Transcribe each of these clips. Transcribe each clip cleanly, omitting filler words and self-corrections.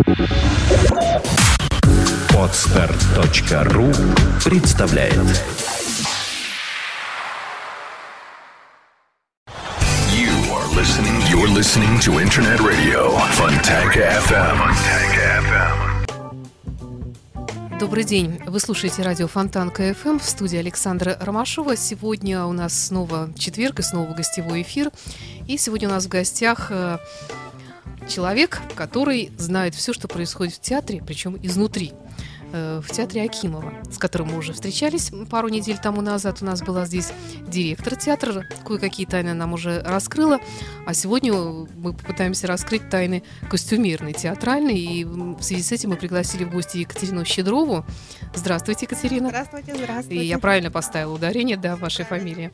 Podster.ru представляет. You're listening to Internet Radio Fontanka FM. Добрый день. Вы слушаете радио Фонтанка ФМ, в студии Александра Ромашова. Сегодня у нас снова четверг и снова гостевой эфир. И сегодня у нас в гостях человек, который знает все, что происходит в театре, причем изнутри. В театре Акимова, с которым мы уже встречались пару недель тому назад. У нас была здесь директор театра, кое-какие тайны нам уже раскрыла. А сегодня мы попытаемся раскрыть тайны костюмерной, театральной. И в связи с этим мы пригласили в гости Екатерину Щедрову. Здравствуйте, Екатерина. Здравствуйте, здравствуйте. И я правильно поставила ударение, да, в вашей фамилии.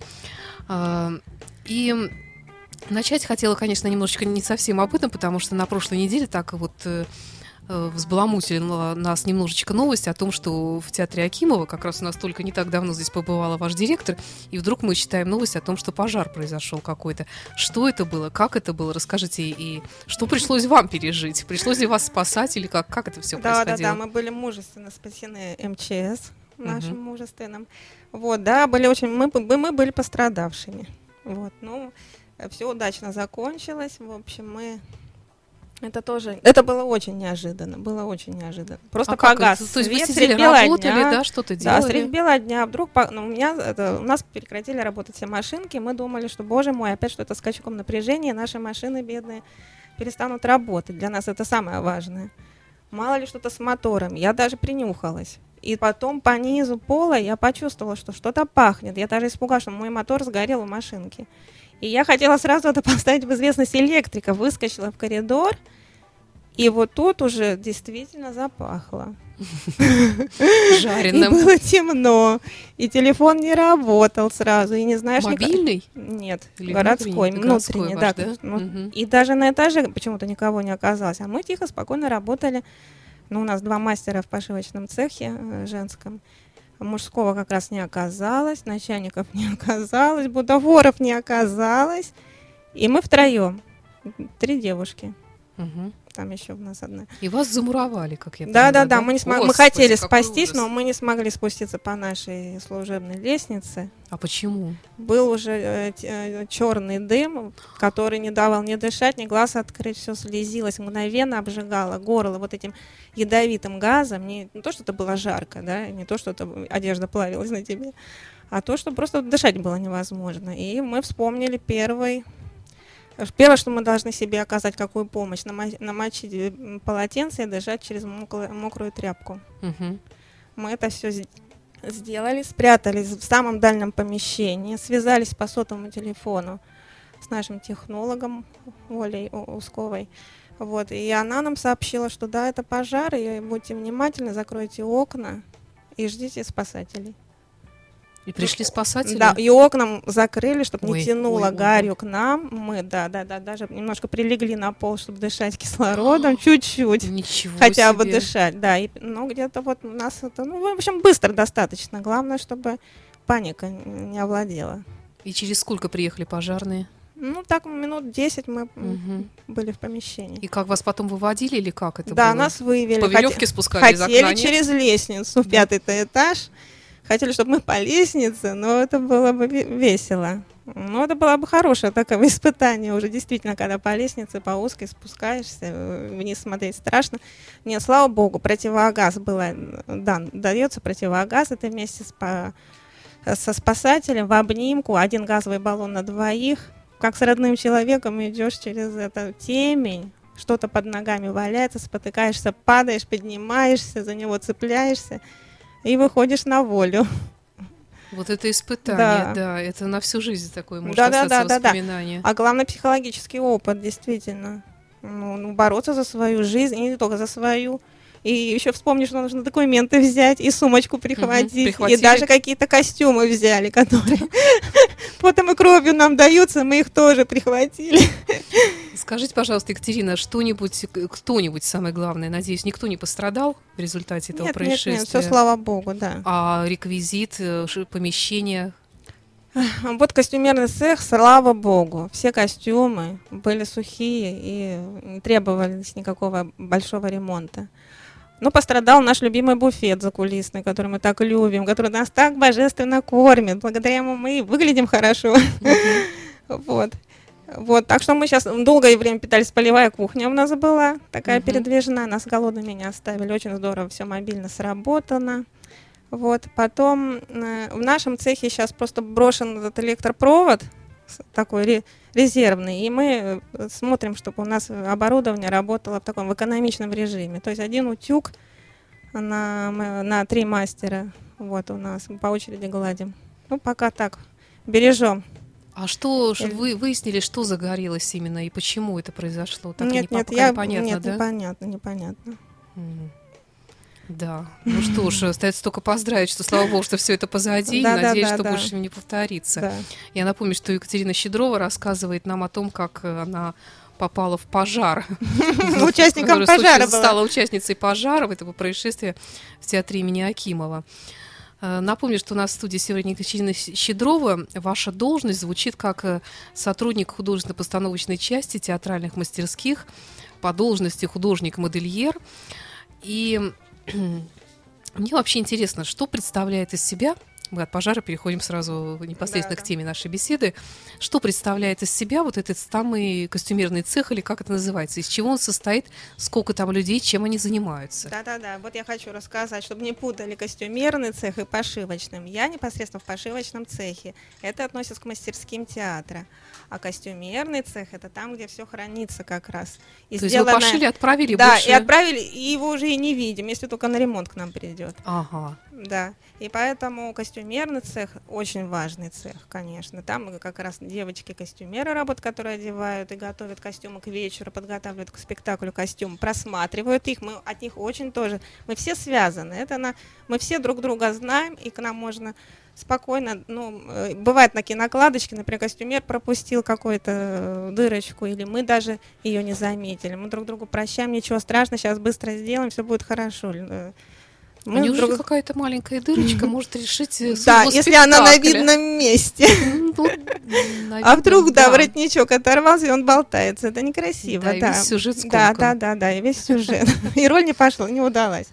И начать хотела, конечно, немножечко не совсем об этом, потому что на прошлой неделе так вот взбаламутила нас немножечко новость о том, что в театре Акимова, как раз у нас только не так давно здесь побывала ваш директор, и вдруг мы читаем новость о том, что пожар произошел какой-то. Что это было, как это было? Расскажите, и что пришлось вам пережить? Пришлось ли вас спасать, или как это все происходило? Да, мы были мужественно спасены МЧС, нашим мужественным. Вот, да, мы были пострадавшими. Вот, ну, все удачно закончилось. В общем, это было очень неожиданно, Просто погас свет. То есть вы сидели, работали, да, что-то делали? Да, средь бела дня. Вдруг у нас прекратили работать все машинки, мы думали, что, боже мой, опять что-то с скачком напряжения, наши машины бедные перестанут работать. Для нас это самое важное. Мало ли что-то с мотором. Я даже принюхалась. И потом по низу пола я почувствовала, что что-то пахнет. Я даже испугалась, что мой мотор сгорел у машинки. И я хотела сразу это поставить в известность электрика. Выскочила в коридор, и вот тут уже действительно запахло. Жареным. И было темно, и телефон не работал сразу, и не знаешь... Мобильный? Нет, или городской, внутренний. Ваш, да. Угу. И даже на этаже почему-то никого не оказалось. А мы тихо, спокойно работали. У нас 2 мастера в пошивочном цехе женском. Мужского как раз не оказалось, начальников не оказалось, бутафоров не оказалось. И мы втроем, 3 девушки. Угу. Там еще у нас одна. И вас замуровали, как я понимаю. Да. Мы хотели спастись, но мы не смогли спуститься по нашей служебной лестнице. А почему? Был уже черный дым, который не давал ни дышать, ни глаз открыть, все слезилось, мгновенно обжигало горло вот этим ядовитым газом. Не то, что это было жарко, да, не то, что это одежда плавилась на тебе, а то, что просто дышать было невозможно. И мы вспомнили первое, что мы должны себе оказать, какую помощь, намочить полотенце и дышать через мокрую тряпку. Угу. Мы это все сделали, спрятались в самом дальнем помещении, связались по сотовому телефону с нашим технологом Олей Усковой. Вот, и она нам сообщила, что да, это пожар, и будьте внимательны, закройте окна и ждите спасателей. И пришли спасатели? Да, и окна закрыли, чтобы не тянуло гарью к нам. Мы, даже немножко прилегли на пол, чтобы дышать кислородом, чуть-чуть. Ничего хотя себе. бы дышать, да. Но где-то вот у нас это, в общем, быстро достаточно. Главное, чтобы паника не овладела. И через сколько приехали пожарные? Так минут 10 мы были в помещении. И как вас потом выводили или как это было? Да, нас вывели. По веревке спускали из окна? Хотели через лестницу, в 5-й этаж. Хотели, чтобы мы по лестнице, но это было бы весело. Но это было бы хорошее такое испытание уже, действительно, когда по лестнице, по узкой спускаешься, вниз смотреть страшно. Нет, слава богу, противогаз было, дается противогаз, это вместе со спасателем в обнимку, 1 газовый баллон на 2. Как с родным человеком идешь через эту темень, что-то под ногами валяется, спотыкаешься, падаешь, поднимаешься, за него цепляешься. И выходишь на волю. Вот это испытание, да, это на всю жизнь такое может остаться воспоминание. А главное, психологический опыт, действительно. Бороться за свою жизнь, и не только за свою. И еще вспомни, что нужно документы взять, и сумочку прихватить, и даже какие-то костюмы взяли, которые потом и кровью нам даются, мы их тоже прихватили. Скажите, пожалуйста, Екатерина, кто-нибудь, самое главное, надеюсь, никто не пострадал в результате этого происшествия? Нет, все, слава богу, да. А реквизит, помещение? Вот костюмерный цех, слава богу, все костюмы были сухие и не требовались никакого большого ремонта. Но пострадал наш любимый буфет закулисный, который мы так любим, который нас так божественно кормит. Благодаря ему мы и выглядим хорошо. Вот. Так что мы сейчас долгое время питались, полевая кухня у нас была, такая передвижная, нас голодными не оставили, очень здорово, все мобильно сработано. Потом в нашем цехе сейчас просто брошен этот электропровод, такой резервный, и мы смотрим, чтобы у нас оборудование работало в таком экономичном режиме. То есть один утюг на 3 мастера, у нас по очереди гладим. Пока так, бережем. А что же вы выяснили, что загорелось именно и почему это произошло? Так непонятно. Да, ну что ж, остается только поздравить, что, слава богу, что все это позади, и надеюсь, что больше не повторится. Да. Я напомню, что Екатерина Щедрова рассказывает нам о том, как она попала в пожар. Участником пожара была. Стала участницей пожара, этого происшествия в театре имени Акимова. Напомню, что у нас в студии сегодня Екатерина Щедрова. Ваша должность звучит как сотрудник художественно-постановочной части театральных мастерских, по должности художник-модельер. И мне вообще интересно, что представляет из себя, мы от пожара переходим сразу непосредственно к теме нашей беседы, что представляет из себя вот этот самый костюмерный цех, или как это называется, из чего он состоит, сколько там людей, чем они занимаются? Да, вот я хочу рассказать, чтобы не путали костюмерный цех и пошивочным. Я непосредственно в пошивочном цехе, это относится к мастерским театра, а костюмерный цех это там, где все хранится как раз. То есть вы пошили, отправили? Да, больше... и отправили, и его уже и не видим, если только на ремонт к нам придет. Ага. Да, и поэтому костюмерный цех очень важный цех, конечно. Там как раз девочки-костюмеры работают, которые одевают и готовят костюмы к вечеру, подготавливают к спектаклю костюм, просматривают их. Мы от них очень тоже, мы все связаны. Мы все друг друга знаем, и к нам можно спокойно, бывает на кинокладочке, например, костюмер пропустил какую-то дырочку, или мы даже ее не заметили. Мы друг другу прощаем, ничего страшного, сейчас быстро сделаем, все будет хорошо. Неужели какая-то маленькая дырочка может решить судьбу спектакля? Если она на видном месте. А вдруг, воротничок оторвался, и он болтается. Это некрасиво. Да, и весь сюжет сколько. Да, и весь сюжет. И роль не пошла, не удалась.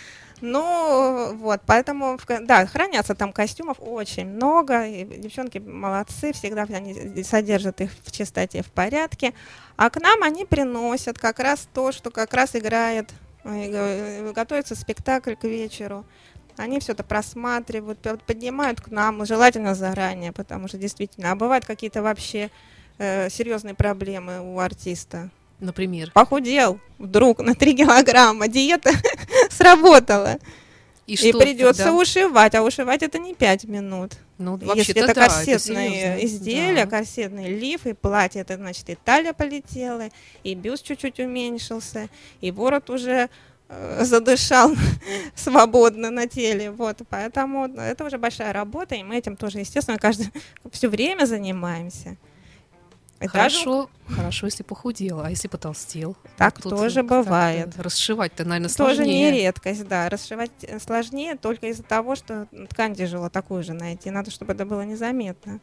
Поэтому, хранятся там костюмов очень много, и девчонки молодцы, всегда они содержат их в чистоте, в порядке. А к нам они приносят как раз то, что как раз играет, готовится спектакль к вечеру. Они все это просматривают, поднимают к нам, желательно заранее, потому что действительно, бывают какие-то вообще серьезные проблемы у артиста. Например? Похудел вдруг на 3 килограмма, диета сработала. И придется ушивать, а ушивать это не 5 минут. Если это корсетные изделия, корсетный лиф и платье, это значит и талия полетела, и бюст чуть-чуть уменьшился, и ворот уже задышал свободно на теле. Поэтому это уже большая работа, и мы этим тоже, естественно, все время занимаемся. Хорошо, если похудел, а если потолстел? Так тоже бывает. Расшивать-то, наверное, сложнее. Тоже не редкость, да. Расшивать сложнее только из-за того, что ткань тяжело такую же найти. Надо, чтобы это было незаметно.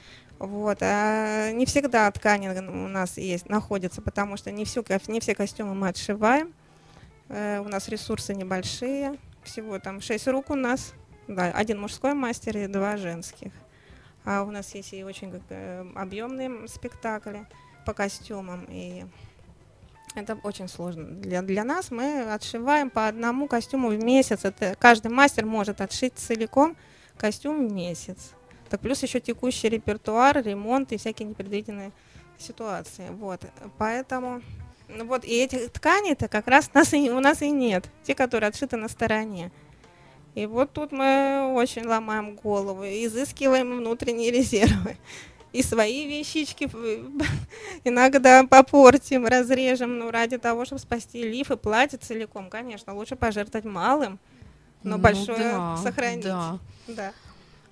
А не всегда ткани у нас находятся, потому что не все костюмы мы отшиваем. У нас ресурсы небольшие. Всего там 6 рук у нас. Да, 1 мужской мастер и 2 женских. А у нас есть и очень объемные спектакли по костюмам, и это очень сложно. Для нас мы отшиваем по 1 костюму в месяц. Каждый мастер может отшить целиком костюм в месяц. Так плюс еще текущий репертуар, ремонт и всякие непредвиденные ситуации. Поэтому и этих тканей-то как раз у нас и нет. Те, которые отшиты на стороне. И тут мы очень ломаем голову, изыскиваем внутренние резервы. И свои вещички иногда попортим, разрежем, ради того, чтобы спасти лиф и платье целиком. Конечно, лучше пожертвовать малым, но большое сохранить. Да.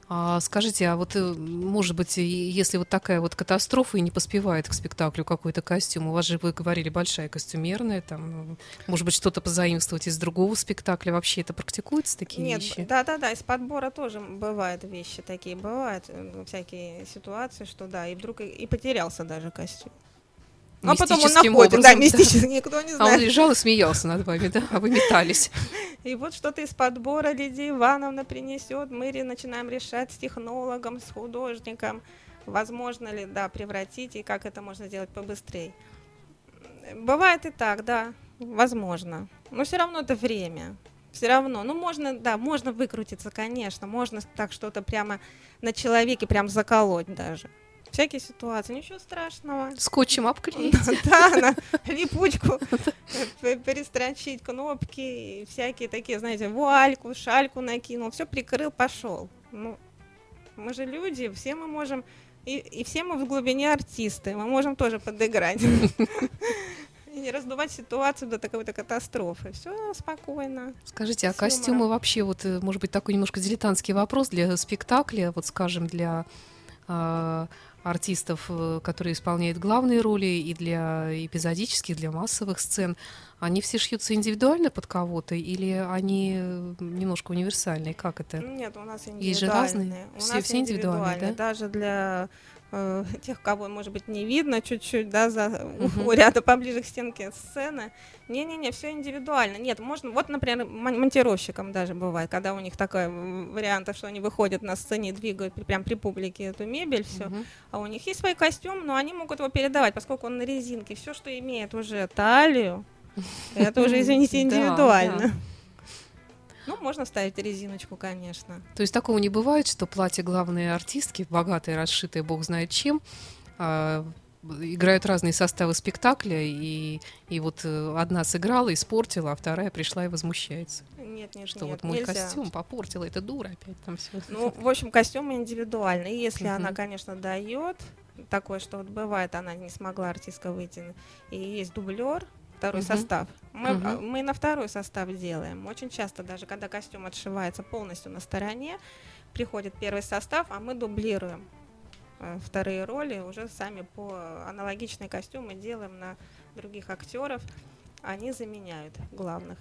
Скажите, а вот, может быть, если вот такая вот катастрофа и не поспевает к спектаклю какой-то костюм, у вас же, вы говорили, большая костюмерная, там, может быть, что-то позаимствовать из другого спектакля, вообще это практикуется, такие вещи? Нет, да, из подбора тоже бывают вещи такие, бывают всякие ситуации, что да, и вдруг и потерялся даже костюм. А потом он находит, да, мистически, никто не знает. А он лежал и смеялся над вами, да, а вы метались. И вот что-то из подбора Лидия Ивановна принесет, мы начинаем решать с технологом, с художником, возможно ли, да, превратить, и как это можно сделать побыстрее. Бывает и так, да, возможно, но все равно это время. Все равно, ну можно, да, можно выкрутиться, конечно, можно так что-то прямо на человеке прям заколоть даже. Всякие ситуации, ничего страшного. Скотчем обклеить. Да, на липучку перестрочить кнопки, всякие такие, знаете, вуальку, шальку накинул, все прикрыл, пошел. Ну, мы же люди, все мы можем, и все мы в глубине артисты, мы можем тоже подыграть. И не раздувать ситуацию до такой-то катастрофы. Все спокойно. Скажите, а костюмы вообще, вот, может быть, такой немножко дилетантский вопрос для спектакля, вот, скажем, для артистов, которые исполняют главные роли, и для эпизодических, для массовых сцен, они все шьются индивидуально под кого-то, или они немножко универсальные? Как это? Нет, у нас индивидуальные. Есть же разные? Все индивидуальные, да? Даже для тех, кого, может быть, не видно чуть-чуть, да, за ряда поближе к стенке сцены. Не-не-не, все индивидуально. Нет, можно, вот, например, монтировщикам даже бывает, когда у них такой вариант, что они выходят на сцене и двигают прям при публике эту мебель, все. А у них есть свой костюм, но они могут его передавать, поскольку он на резинке. Все, что имеет уже талию, это уже, извините, индивидуально. Ну, можно ставить резиночку, конечно. То есть такого не бывает, что платье главной артистки, богатое, расшитое, бог знает чем, играют разные составы спектакля, и вот одна сыграла, испортила, а вторая пришла и возмущается. Нет, что вот мой костюм попортила, это дура опять там все. Ну, в общем, костюмы индивидуальные. И если она, конечно, дает такое, что вот бывает, она не смогла, артистка, выйти, и есть дублер, второй состав. Мы на второй состав делаем. Очень часто, даже когда костюм отшивается полностью на стороне, приходит первый состав, а мы дублируем вторые роли, уже сами по аналогичные костюмы делаем на других актеров, они заменяют главных.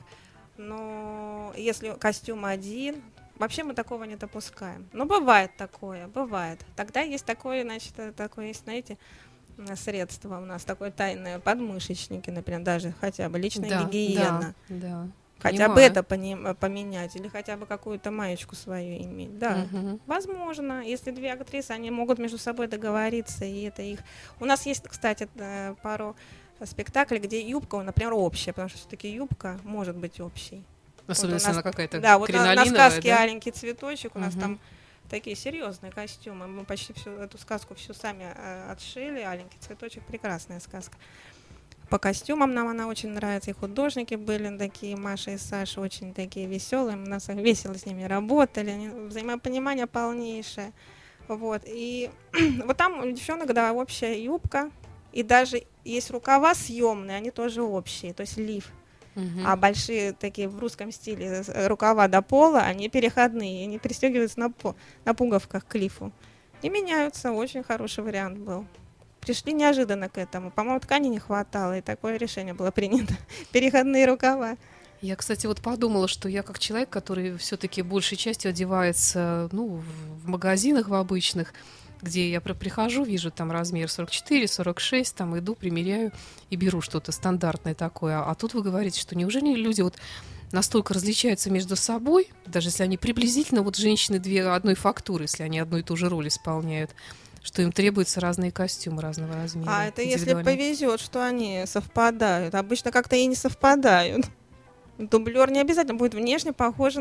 Но если костюм один, вообще мы такого не допускаем. Но бывает такое, бывает. Тогда есть такое, значит, такое есть, знаете, средство у нас такое тайное, подмышечники, например, даже хотя бы личная гигиена. Да. Хотя бы это поменять, или хотя бы какую-то маечку свою иметь. Да, возможно. Если две актрисы, они могут между собой договориться, и это их... У нас есть, кстати, пару спектаклей, где юбка, например, общая, потому что все-таки юбка может быть общей. Особенно вот если она какая-то кринолиновая. Да, вот на сказке, да? «Аленький цветочек» у нас там такие серьезные костюмы. Мы почти всю эту сказку всю сами отшили. «Аленький цветочек» — прекрасная сказка. По костюмам нам она очень нравится. И художники были такие, Маша и Саша, очень такие веселые. Мы нас весело с ними работали. Взаимопонимание полнейшее. Вот. И вот там у девчонок, да, общая юбка. И даже есть рукава съемные, они тоже общие, то есть лиф. А большие такие в русском стиле рукава до пола, они переходные, они пристегиваются на пуговках к лифу. И меняются, очень хороший вариант был. Пришли неожиданно к этому. По-моему, ткани не хватало, и такое решение было принято. Переходные рукава. Я, кстати, вот подумала, что я как человек, который все-таки большей частью одевается, ну, в магазинах в обычных, где я прихожу, вижу там размер 44, 46, там иду, примеряю и беру что-то стандартное такое. А тут вы говорите, что неужели люди вот настолько различаются между собой, даже если они приблизительно, вот женщины одной фактуры, если они одну и ту же роль исполняют, что им требуются разные костюмы разного размера. А это если повезет, что они совпадают. Обычно как-то и не совпадают. Дублер не обязательно будет внешне похож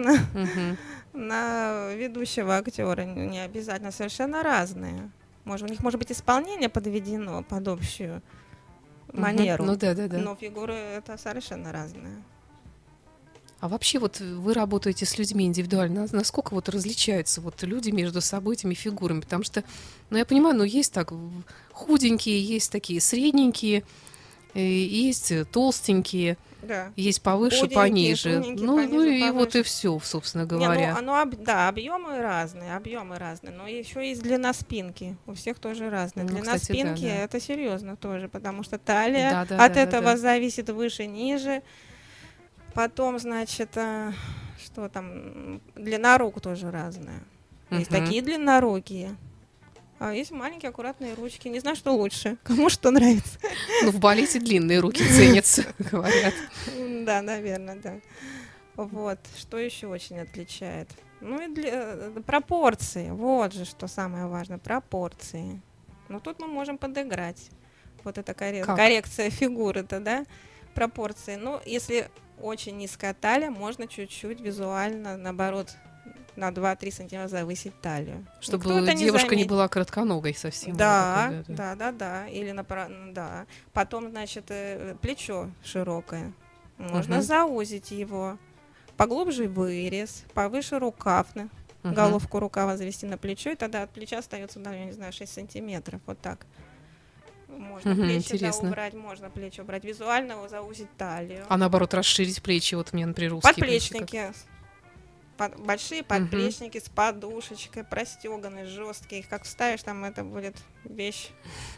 на ведущего актера. Не обязательно, совершенно разные. У них может быть исполнение подведено под общую манеру. Ну, да. Но фигуры это совершенно разные. А вообще вот вы работаете с людьми индивидуально, насколько вот различаются вот люди между собой этими фигурами? Потому что, ну я понимаю, есть так худенькие, есть такие средненькие, Есть толстенькие, Да. есть повыше, Худенькие, пониже. тоненькие, Ну пониже, и вот повыше. и все, собственно Не, ну говоря. да, объемы разные, но еще есть длина спинки, у всех тоже разная. Ну, Длина кстати, да, спинки да. это серьезно тоже, потому что талия Да, да, от да, да, этого да. зависит выше-ниже. Потом, значит, что там, длина рук тоже разная. Есть Мгм. такие длиннорукие, а есть маленькие аккуратные ручки. Не знаю, что лучше, кому что нравится. Ну, в балете длинные руки ценятся, говорят. Да, наверное, да. Вот, что еще очень отличает? Ну и пропорции, вот же что самое важное, пропорции. Ну тут мы можем подыграть. Вот это Как? коррекция фигуры-то, да, пропорции. Ну, если очень низкая талия, можно чуть-чуть визуально, наоборот, на 2-3 сантиметра завысить талию. Чтобы Никто это девушка не заметит. была коротконогой совсем. Да, Такой, да. да. Или да. Потом, значит, плечо широкое. Можно Мгм. заузить его. Поглубже вырез, повыше рукав, Мгм. головку рукава завести на плечо, и тогда от плеча остается, я не знаю, 6 сантиметров. Вот так. Можно Мгм, плечи интересно. убрать, можно плечи убрать. Визуально его заузить талию. А наоборот, расширить плечи. Вот мне, например, узкие плечи. Подплечники. Большие подплечники с подушечкой, простеганные, жесткие. Их как вставишь, там это будет вещь.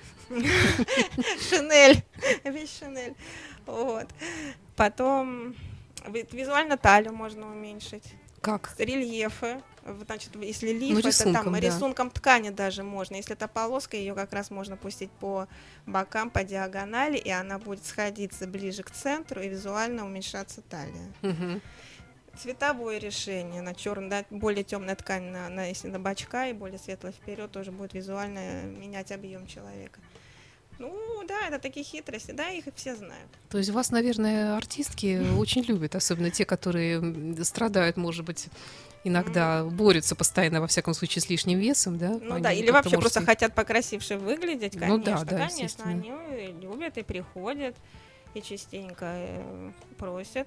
Шинель. Вещь Шинель. Вот. Потом визуально талию можно уменьшить. Как? Рельефы. Значит, если лиф, Ну, это рисунком, там да. рисунком ткани даже можно. Если это полоска, ее как раз можно пустить по бокам, по диагонали, и она будет сходиться ближе к центру, и визуально уменьшаться талия. Мгм. Цветовое решение на черный, да, более темная ткань если на бочка и более светлая вперед, тоже будет визуально менять объем человека. Ну да, это такие хитрости, да, их и все знают. То есть вас, наверное, артистки очень любят, особенно те, которые страдают, может быть, иногда борются постоянно, во всяком случае, с лишним весом, да? Ну Они да, или как-то, вообще может, просто и- хотят покрасивше выглядеть, конечно, Ну да, конечно, естественно. они любят и приходят, и частенько просят.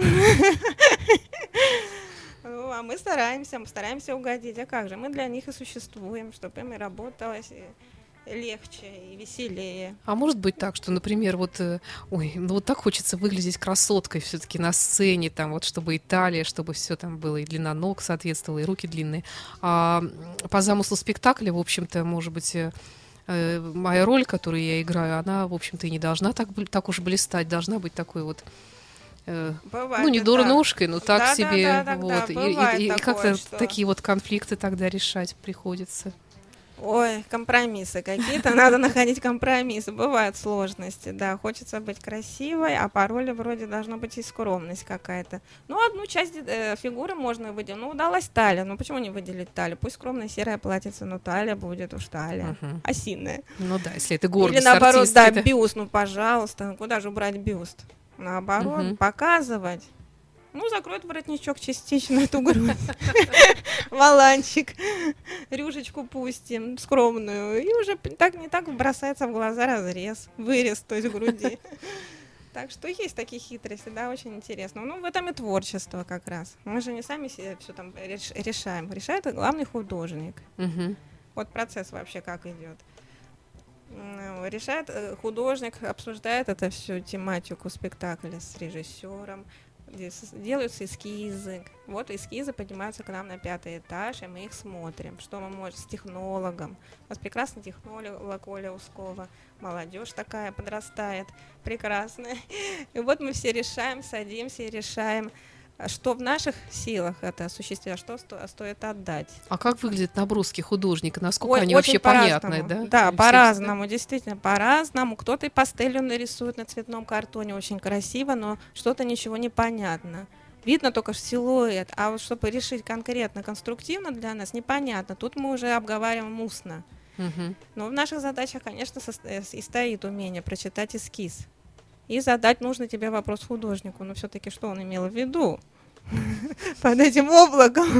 Ну, а мы стараемся угодить. А как же? Мы для них и существуем, чтобы им и работалось легче и веселее. А может быть так, что, например, ну вот так хочется выглядеть красоткой все-таки на сцене, там вот, чтобы и талия, чтобы все там было, и длина ног соответствовала, и руки длинные. А по замыслу спектакля, в общем-то, может быть, моя роль, которую я играю, она, в общем-то, и не должна так уж блистать, должна быть такой вот, Бывает ну, не и так. дурнушкой, но так Да, себе, да, вот. бывает И такое, как-то что- такие вот конфликты тогда решать приходится. Ой, компромиссы какие-то, надо находить компромиссы. Бывают сложности, да, хочется быть красивой, а по роли вроде должна быть и скромность какая-то. Ну, одну часть фигуры можно выделить. Ну, удалась талия, ну почему не выделить талию? Пусть скромная серая платьице, но талия будет уж талия, Мгм. осиная. Ну да, если это гордость Или наоборот, артистки, да, да. бюст, ну пожалуйста, ну куда же убрать бюст? Наоборот, Мгм. показывать. Ну, закроет воротничок частично эту грудь. Воланчик. Рюшечку пустим, скромную. И уже не так бросается в глаза разрез, вырез, то есть груди. Так что есть такие хитрости, да, очень интересно. Ну, в этом и творчество как раз. Мы же не сами себе все там решаем. Решает главный художник. Мгм. Вот процесс вообще как идет. Решает художник, обсуждает это всю тематику спектакля с режиссером, делаются эскизы. Вот эскизы поднимаются к нам на 5-й этаж, и мы их смотрим. Что мы можем с технологом. У нас прекрасный технолог Оля Ускова. Молодежь такая подрастает, прекрасная. И вот мы все решаем, садимся и решаем, что в наших силах это осуществить, а что стоит отдать. А как выглядят наброски художника? Насколько Ой, они очень вообще понятны, по-разному. да? Да, Или по-разному, действительно, по-разному. Кто-то и пастелью нарисует на цветном картоне очень красиво, но что-то ничего не понятно. Видно только силуэт, а вот чтобы решить конкретно, конструктивно для нас, непонятно. Тут мы уже обговариваем устно. все-таки? Мгм. Но в наших задачах, конечно, и стоит умение прочитать эскиз. И задать нужный тебе вопрос художнику. Но все-таки что он имел в виду под этим облаком,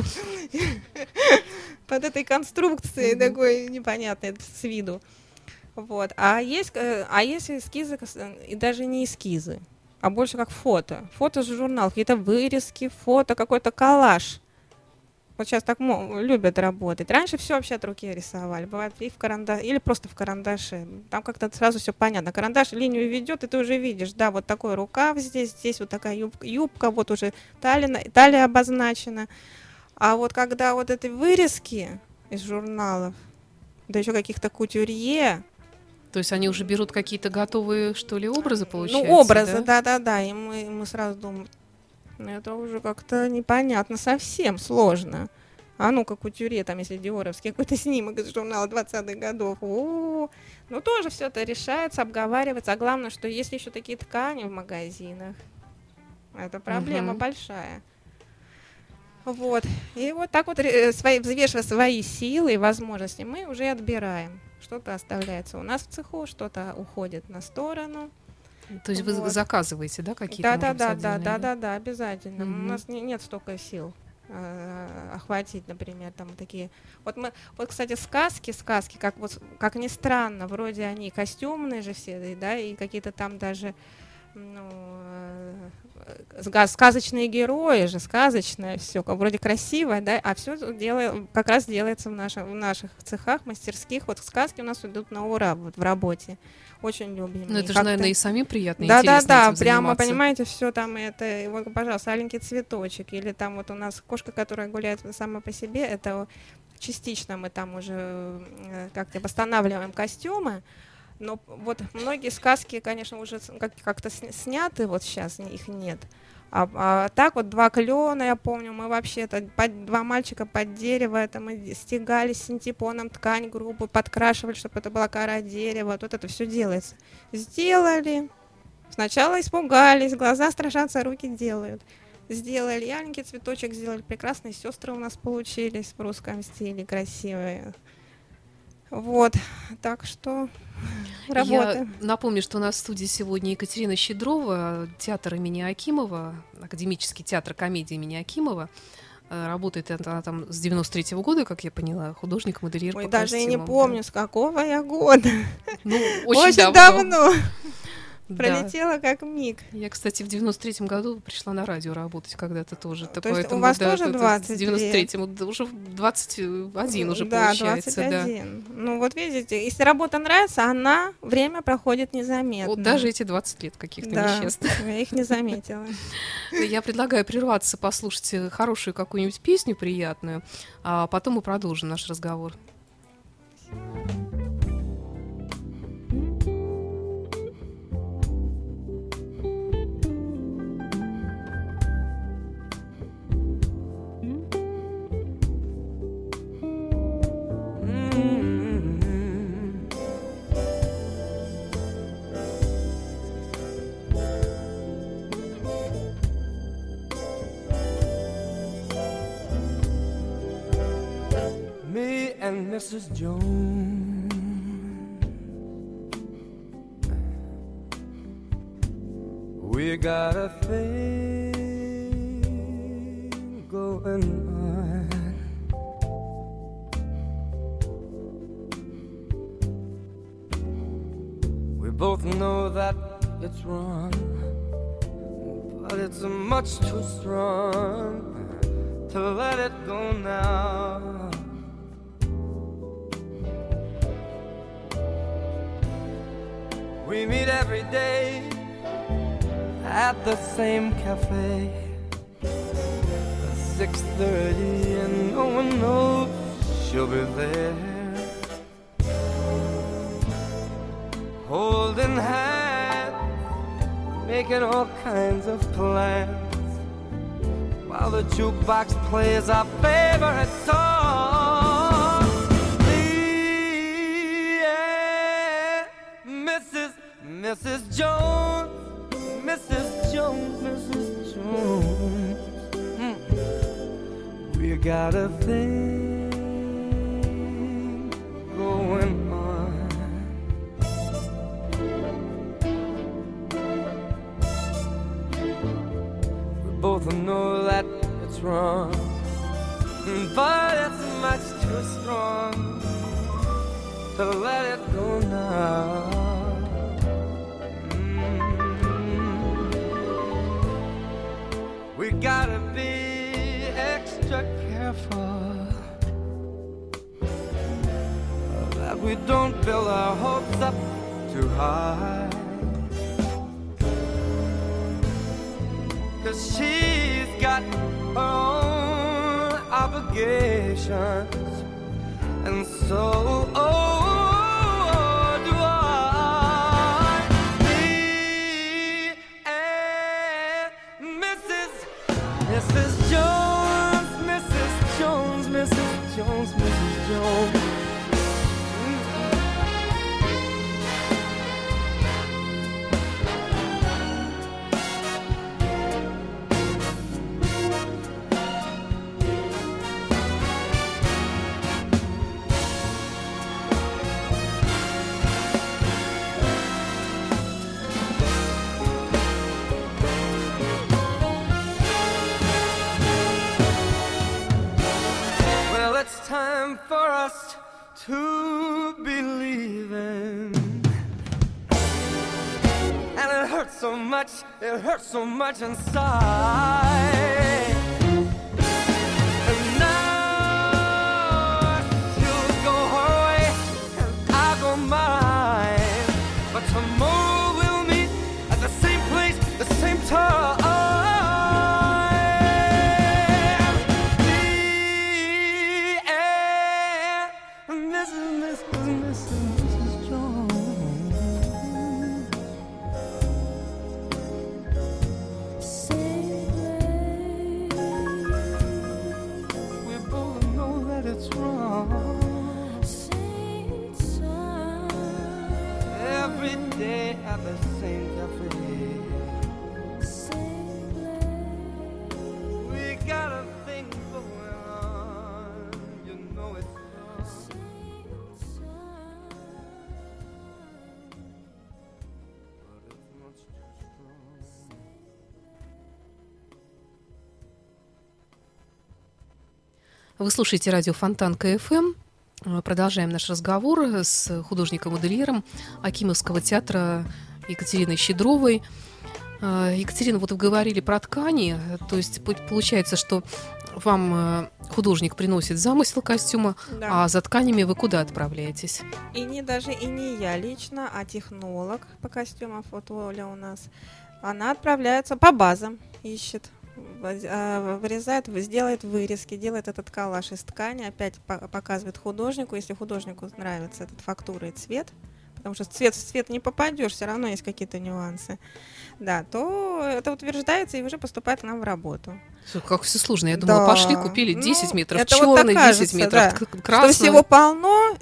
под этой конструкцией такой непонятной с виду. Вот. А есть эскизы, и даже не эскизы, а больше как фото. Фото с журнала, какие-то вырезки, фото, какой-то коллаж. Вот сейчас так любят работать. Раньше все вообще от руки рисовали. Бывает и в карандаше, или просто в карандаше. Там как-то сразу все понятно. Карандаш линию ведет, и ты уже видишь, да, вот такой рукав здесь вот такая юбка, вот уже талия обозначена. А вот когда вот эти вырезки из журналов, да еще каких-то кутюрье. То есть они уже берут какие-то готовые, что ли, образы, получается? Ну, образы, да. И мы сразу думаем, это уже как-то непонятно, совсем сложно. А ну, как кутюрье, там, если диоровский какой-то снимок из журнала 20-х годов. Ну, тоже все это решается, обговаривается. А главное, что есть еще такие ткани в магазинах. Это проблема большая. Вот. И вот так вот, взвешивая свои силы и возможности, мы уже отбираем. Что-то оставляется у нас в цеху, что-то уходит на сторону. То есть вы заказываете, да, какие-то? Да, обязательно. У нас нет столько сил охватить, например, там такие. Вот, кстати, сказки, как ни странно, вроде они костюмные же все, да, и какие-то там даже, сказочные герои же, сказочное все, вроде красивое, да, а все как раз делается в наших цехах, мастерских. Вот сказки у нас идут на ура вот в работе. Очень любим. Ну, это же, наверное, и самим приятно, да, интересно да, этим прямо, заниматься. понимаете, все там это, вот, пожалуйста, аленький цветочек, или там вот у нас кошка, которая гуляет сама по себе, это частично мы там уже как-то восстанавливаем костюмы, но вот многие сказки, конечно, уже как-то сняты, вот сейчас их нет. А так вот 2 клена, я помню, мы вообще-то 2 мальчика под дерево, это мы стегали синтепоном ткань грубо, подкрашивали, чтобы это была кора дерева, вот это все делается. Сделали, сначала испугались, глаза страшатся, руки делают. Сделали аленький цветочек, сделали, прекрасные сестры у нас получились в русском стиле, красивые. Вот, так что работаем. Я напомню, что у нас в студии сегодня Екатерина Щедрова, театр имени Акимова, академический театр комедии имени Акимова. Работает она там с 93-го года, как я поняла, художник-модельер по костюмам. Даже и не помню, с какого я года. Ну, очень давно. Пролетела как миг. Я, кстати, в 93-м году пришла на радио работать когда-то тоже. То есть у вас тоже 20 лет? В 93-м, уже 21 уже да, получается. 21. Да. Ну вот видите, если работа нравится, время проходит незаметно. Вот даже эти 20 лет каких-то несчастных. Я их не заметила. Я предлагаю прерваться, послушать хорошую какую-нибудь песню приятную, а потом мы продолжим наш разговор. And Mrs. Jones, we got a thing going on. We both know that it's wrong, but it's much too strong to let it go now. We meet every day at the same cafe, 6:30, and no one knows she'll be there, holding hands, making all kinds of plans, while the jukebox plays our favorite song. Mrs. Jones, Mrs. Jones, Mrs. Jones, we got a thing going on. We both know that it's wrong, but it's much too strong to let it go now. We gotta be extra careful that we don't build our hopes up too high. 'Cause she's got her own obligations, and so do I. Me and Mrs. Jones, Mrs. Jones, Mrs. Jones, Mrs. Jones. Time for us to be leaving, and it hurts so much inside. And now she'll go her way and I'll go mine, but tomorrow we'll meet at the same place, the same time. At the same cafe, we got a thing going on, you know it's but it's much too strong. Вы слушаете радио Фонтан КФМ. Продолжаем наш разговор с художником-модельером Акимовского театра Екатериной Щедровой. Екатерина, вот вы говорили про ткани, то есть получается, что вам художник приносит замысел костюма, да, а за тканями вы куда отправляетесь? И не я лично, а технолог по костюмам, вот Оля у нас, она отправляется по базам, ищет, вырезает, делает вырезки, делает этот коллаж из ткани, опять показывает художнику, если художнику нравится этот фактура и цвет, потому что в цвет не попадешь, все равно есть какие-то нюансы, да, то это утверждается и уже поступает к нам в работу. Как все сложно, я думала, да, пошли, купили 10 метров черный, вот 10 кажется, метров да, красный. Что всего полно,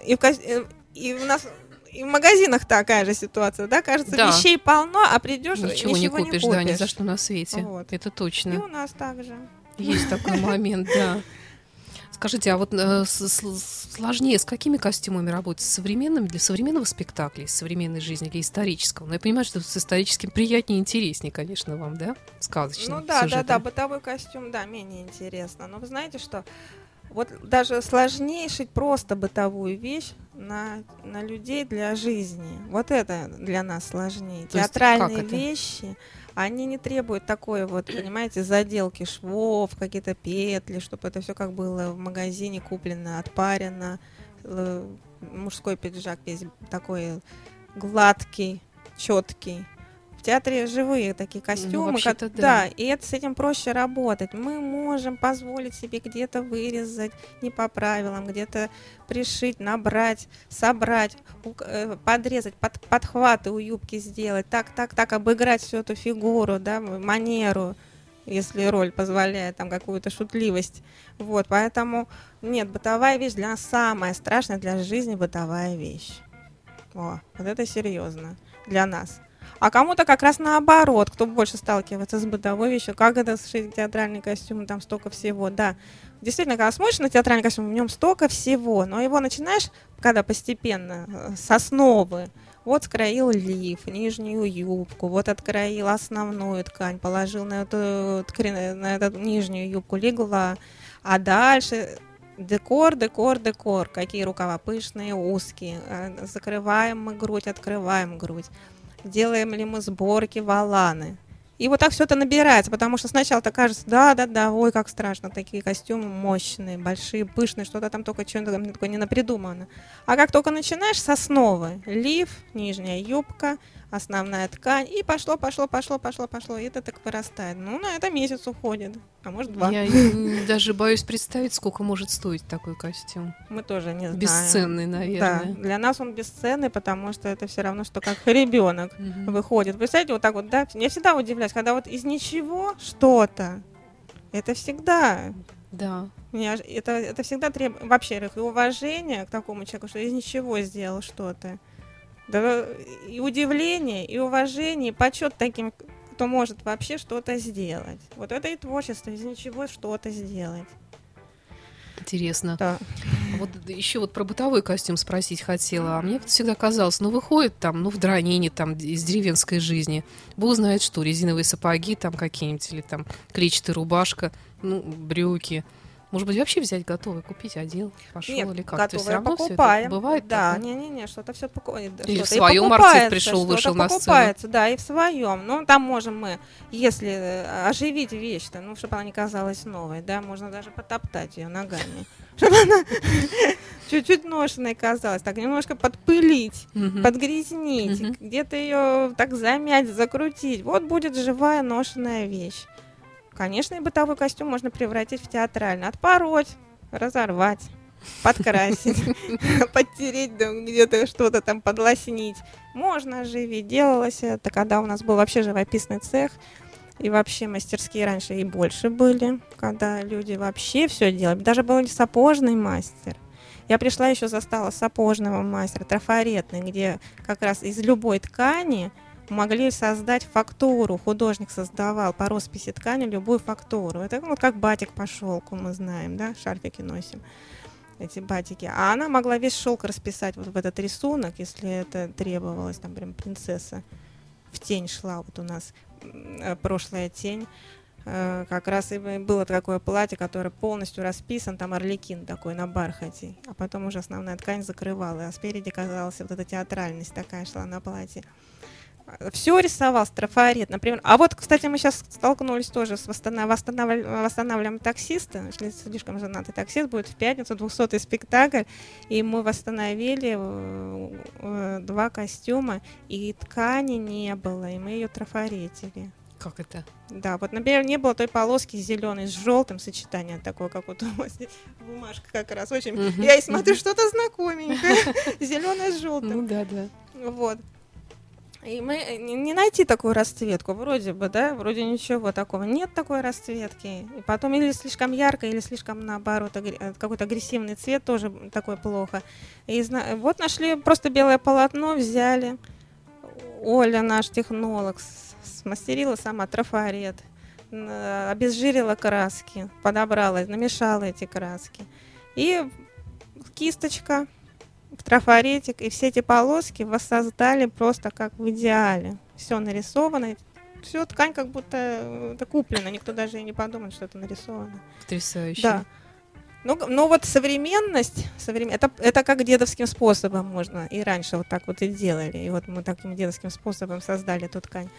и у нас... И в магазинах такая же ситуация, да, кажется, да, вещей полно, а придешь, ничего не купишь, да, ни за что на свете, вот. Это точно. И у нас также. Есть такой момент, да. Скажите, а вот сложнее с какими костюмами работать? С современными, для современного спектакля, с современной жизни или исторического? Но я понимаю, что с историческим приятнее и интереснее, конечно, вам, да? Сказочным. Ну да, бытовой костюм, да, менее интересно. Но вы знаете, что вот даже сложнее шить просто бытовую вещь на людей для жизни. Вот это для нас сложнее. То театральные вещи, они не требуют такой вот, понимаете, заделки швов, какие-то петли, чтобы это все как было в магазине куплено, отпарено. Мужской пиджак весь такой гладкий, четкий. В театре живые такие костюмы, да, и с этим проще работать. Мы можем позволить себе где-то вырезать не по правилам, где-то пришить, набрать, собрать, подрезать, подхваты у юбки сделать, так обыграть всю эту фигуру, да, манеру, если роль позволяет, там какую-то шутливость. Вот, поэтому нет, бытовая вещь для нас самая страшная для жизни, бытовая вещь. Вот это серьезно для нас. А кому-то как раз наоборот, кто больше сталкивается с бытовой вещью, как это сшить театральный костюм, там столько всего, да. Действительно, когда смотришь на театральный костюм, в нем столько всего, но его начинаешь, когда постепенно, с основы, вот скроил лиф, нижнюю юбку, вот откроил основную ткань, положил на эту нижнюю юбку, легла, а дальше... Декор, какие рукава пышные, узкие, закрываем мы грудь, открываем грудь, делаем ли мы сборки, воланы. И вот так все это набирается, потому что сначала-то кажется, да, ой, как страшно, такие костюмы мощные, большие, пышные, что-то там только что-то там такое не напридумано. А как только начинаешь с основы, лиф, нижняя юбка, основная ткань, и пошло, и это так вырастает. Ну, на это месяц уходит, а может 2. Я даже боюсь представить, сколько может стоить такой костюм. Мы тоже не знаем. Бесценный, наверное. Да, для нас он бесценный, потому что это все равно, что как ребенок выходит. Представляете, вот так вот, да, я всегда удивляюсь, когда вот из ничего что-то, это всегда... Да. Это всегда требует вообще и уважения к такому человеку, что из ничего сделал что-то. Да, и удивление, и уважение, и почет таким, кто может вообще что-то сделать. Вот это и творчество, из ничего что-то сделать. Интересно. Да. Вот еще вот про бытовой костюм спросить хотела. А мне вот всегда казалось, выходит там, в дранине, там, из деревенской жизни. Бог знает что, резиновые сапоги там какие-нибудь, или там клетчатая рубашка, брюки. Может быть, вообще взять готовый, купить, одел, пошел или как? Нет, готовое покупаем. Бывает да, так? Не, что-то все покупаем. Или в своем артист пришел, вышел на сцену. Покупается, да, и в своем. Ну, там можем мы, если оживить вещь-то, чтобы она не казалась новой, да, можно даже потоптать ее ногами, чтобы она чуть-чуть ношеной казалась, так немножко подпылить, подгрязнить, где-то ее так замять, закрутить. Вот будет живая ношеная вещь. Конечно, и бытовой костюм можно превратить в театральный. Отпороть, разорвать, подкрасить, подтереть, где-то что-то там подлоснить. Можно оживить. Делалось это, когда у нас был вообще живописный цех. И вообще мастерские раньше и больше были, когда люди вообще все делали. Даже был сапожный мастер. Я пришла, еще застала сапожного мастера, трафаретный, где как раз из любой ткани могли создать фактуру. Художник создавал по росписи ткани любую фактуру. Это как батик по шелку, мы знаем, да, шарфики носим, эти батики. А она могла весь шелк расписать вот в этот рисунок, если это требовалось, там прям принцесса в тень шла. Вот у нас прошлая тень. Как раз и было такое платье, которое полностью расписан, там орликин такой на бархате. А потом уже основная ткань закрывала, а спереди казалась вот эта театральность такая шла на платье. Все рисовал трафарет, например. А вот, кстати, мы сейчас столкнулись тоже с восстанавливаем таксиста. Если слишком женатый таксист, будет в пятницу 200-й спектакль. И мы восстановили 2 костюма, и ткани не было, и мы ее трафаретили. Как это? Да, вот, например, не было той полоски зеленой с желтым, сочетание такое, как вот у вас здесь бумажка как раз. Очень. Я и смотрю, что-то знакоменькое. Зеленое с желтым. Ну да. Вот. И мы не найти такую расцветку, вроде бы, да, вроде ничего такого. Нет такой расцветки. И потом или слишком ярко, или слишком, наоборот, какой-то агрессивный цвет, тоже такое плохо. И вот нашли просто белое полотно, взяли. Оля, наш технолог, смастерила сама трафарет, обезжирила краски, подобрала, намешала эти краски. И кисточка, трафаретик, и все эти полоски воссоздали просто как в идеале. Все нарисовано, все ткань как будто это куплено, никто даже и не подумает, что это нарисовано. Потрясающе. Да. Но вот современность, это как дедовским способом можно, и раньше вот так вот и делали, и вот мы таким дедовским способом создали эту ткань.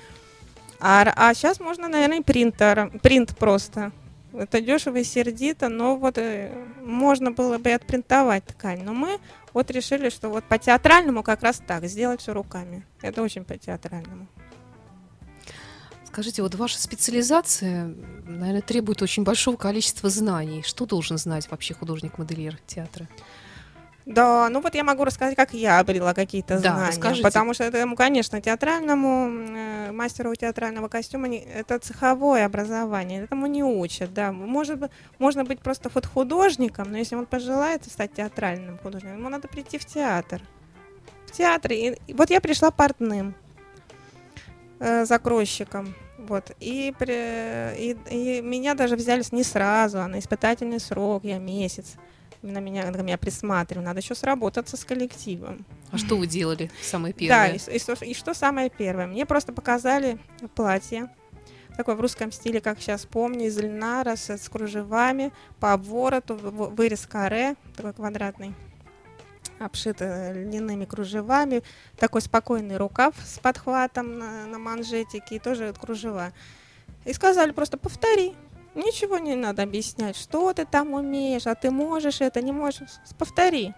А сейчас можно, наверное, принт просто. Это дешево и сердито, но вот можно было бы и отпринтовать ткань. Но мы вот решили, что вот по театральному как раз так, сделать все руками. Это очень по театральному. Скажите, вот ваша специализация, наверное, требует очень большого количества знаний. Что должен знать вообще художник-модельер театра? Да, ну вот я могу рассказать, как я обрела какие-то знания. Расскажите. Потому что этому, конечно, театральному мастеру театрального костюма это цеховое образование, этому не учат. Да. Можно быть просто художником, но если он пожелает стать театральным художником, ему надо прийти в театр. В театре. И вот я пришла портным, закройщиком. Вот. И меня даже взяли не сразу, а на испытательный срок, я месяц. На меня присматривали, надо еще сработаться с коллективом. А что вы делали самое первое? Да, и что самое первое? Мне просто показали платье, такое в русском стиле, как сейчас помню, из льна, с кружевами, по обвороту, вырез каре, такой квадратный. обшита льняными кружевами, такой спокойный рукав с подхватом на манжетике и тоже вот кружева. И сказали просто: повтори, ничего не надо объяснять, что ты там умеешь, а ты можешь это, не можешь, повтори.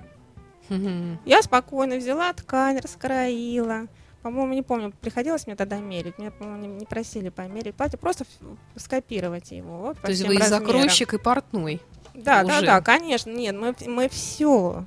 Я спокойно взяла ткань, раскроила. По-моему, не помню, приходилось мне тогда мерить. Меня, по-моему, не просили померить платье, просто скопировать его. Вот, То есть вы и закройщик, и портной? Да, конечно. Нет, мы все.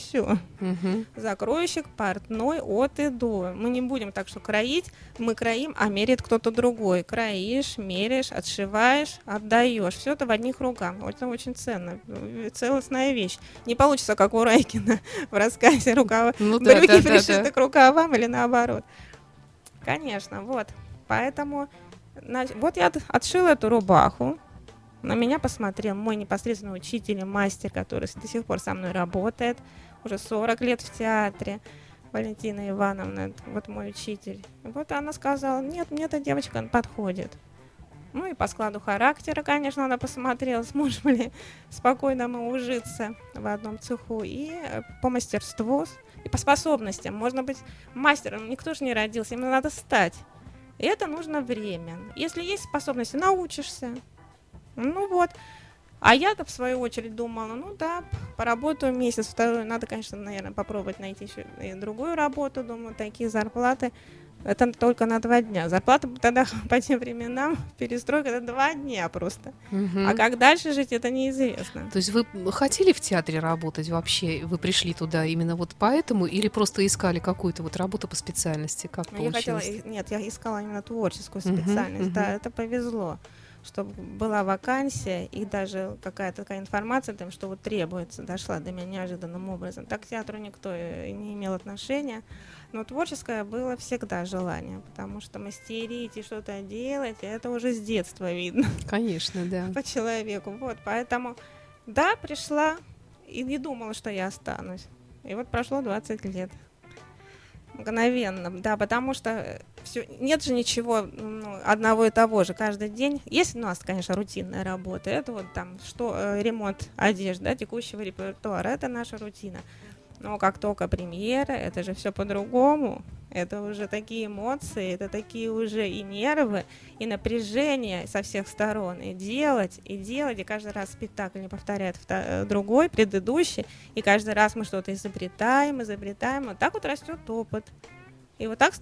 Угу. Закройщик, портной, от и до. Мы не будем так, что кроить, мы кроим, а меряет кто-то другой. Кроишь, меряешь, отшиваешь, отдаешь. Все это в одних руках. Это очень ценно. Целостная вещь. Не получится, как у Райкина в рассказе рукава. Брюки пришиты к рукавам или наоборот. Конечно, вот. Поэтому вот я отшила эту рубаху. На меня посмотрел мой непосредственный учитель и мастер, который до сих пор со мной работает, уже 40 лет в театре, Валентина Ивановна, вот мой учитель. Вот она сказала: нет, мне эта девочка подходит. Ну и по складу характера, конечно, она посмотрела, сможем ли спокойно мы ужиться в одном цеху, и по мастерству, и по способностям. Можно быть мастером, никто же не родился, им надо стать. И это нужно время. Если есть способности, научишься. Ну вот. А я-то, в свою очередь, думала: ну да, поработаю месяц, второй. Надо, конечно, наверное, попробовать найти еще и другую работу. Думаю, такие зарплаты. Это только на 2 дня. Зарплата тогда по тем временам, перестройка, это 2 дня просто. Угу. А как дальше жить, это неизвестно. То есть вы хотели в театре работать вообще? Вы пришли туда именно вот поэтому? Или просто искали какую-то вот работу по специальности? Как получилось? Я искала именно творческую специальность. Да, это повезло, чтобы была вакансия и даже какая-то такая информация, там, что вот требуется, дошла до меня неожиданным образом. Так к театру никто не имел отношения, но творческое было всегда желание, потому что мастерить и что-то делать, это уже с детства видно. Конечно, да. По человеку. Вот, поэтому, да, пришла и не думала, что я останусь. И вот прошло 20 лет. Мгновенно, да, потому что нет же ничего одного и того же каждый день. Есть у нас, конечно, рутинная работа. Это вот там ремонт одежды, да, текущего репертуара, это наша рутина. Но как только премьера, это же все по-другому. Это уже такие эмоции, это такие уже и нервы, и напряжение со всех сторон. И делать, и каждый раз спектакль не повторяет другой, предыдущий. И каждый раз мы что-то изобретаем. Вот так вот растет опыт. И вот так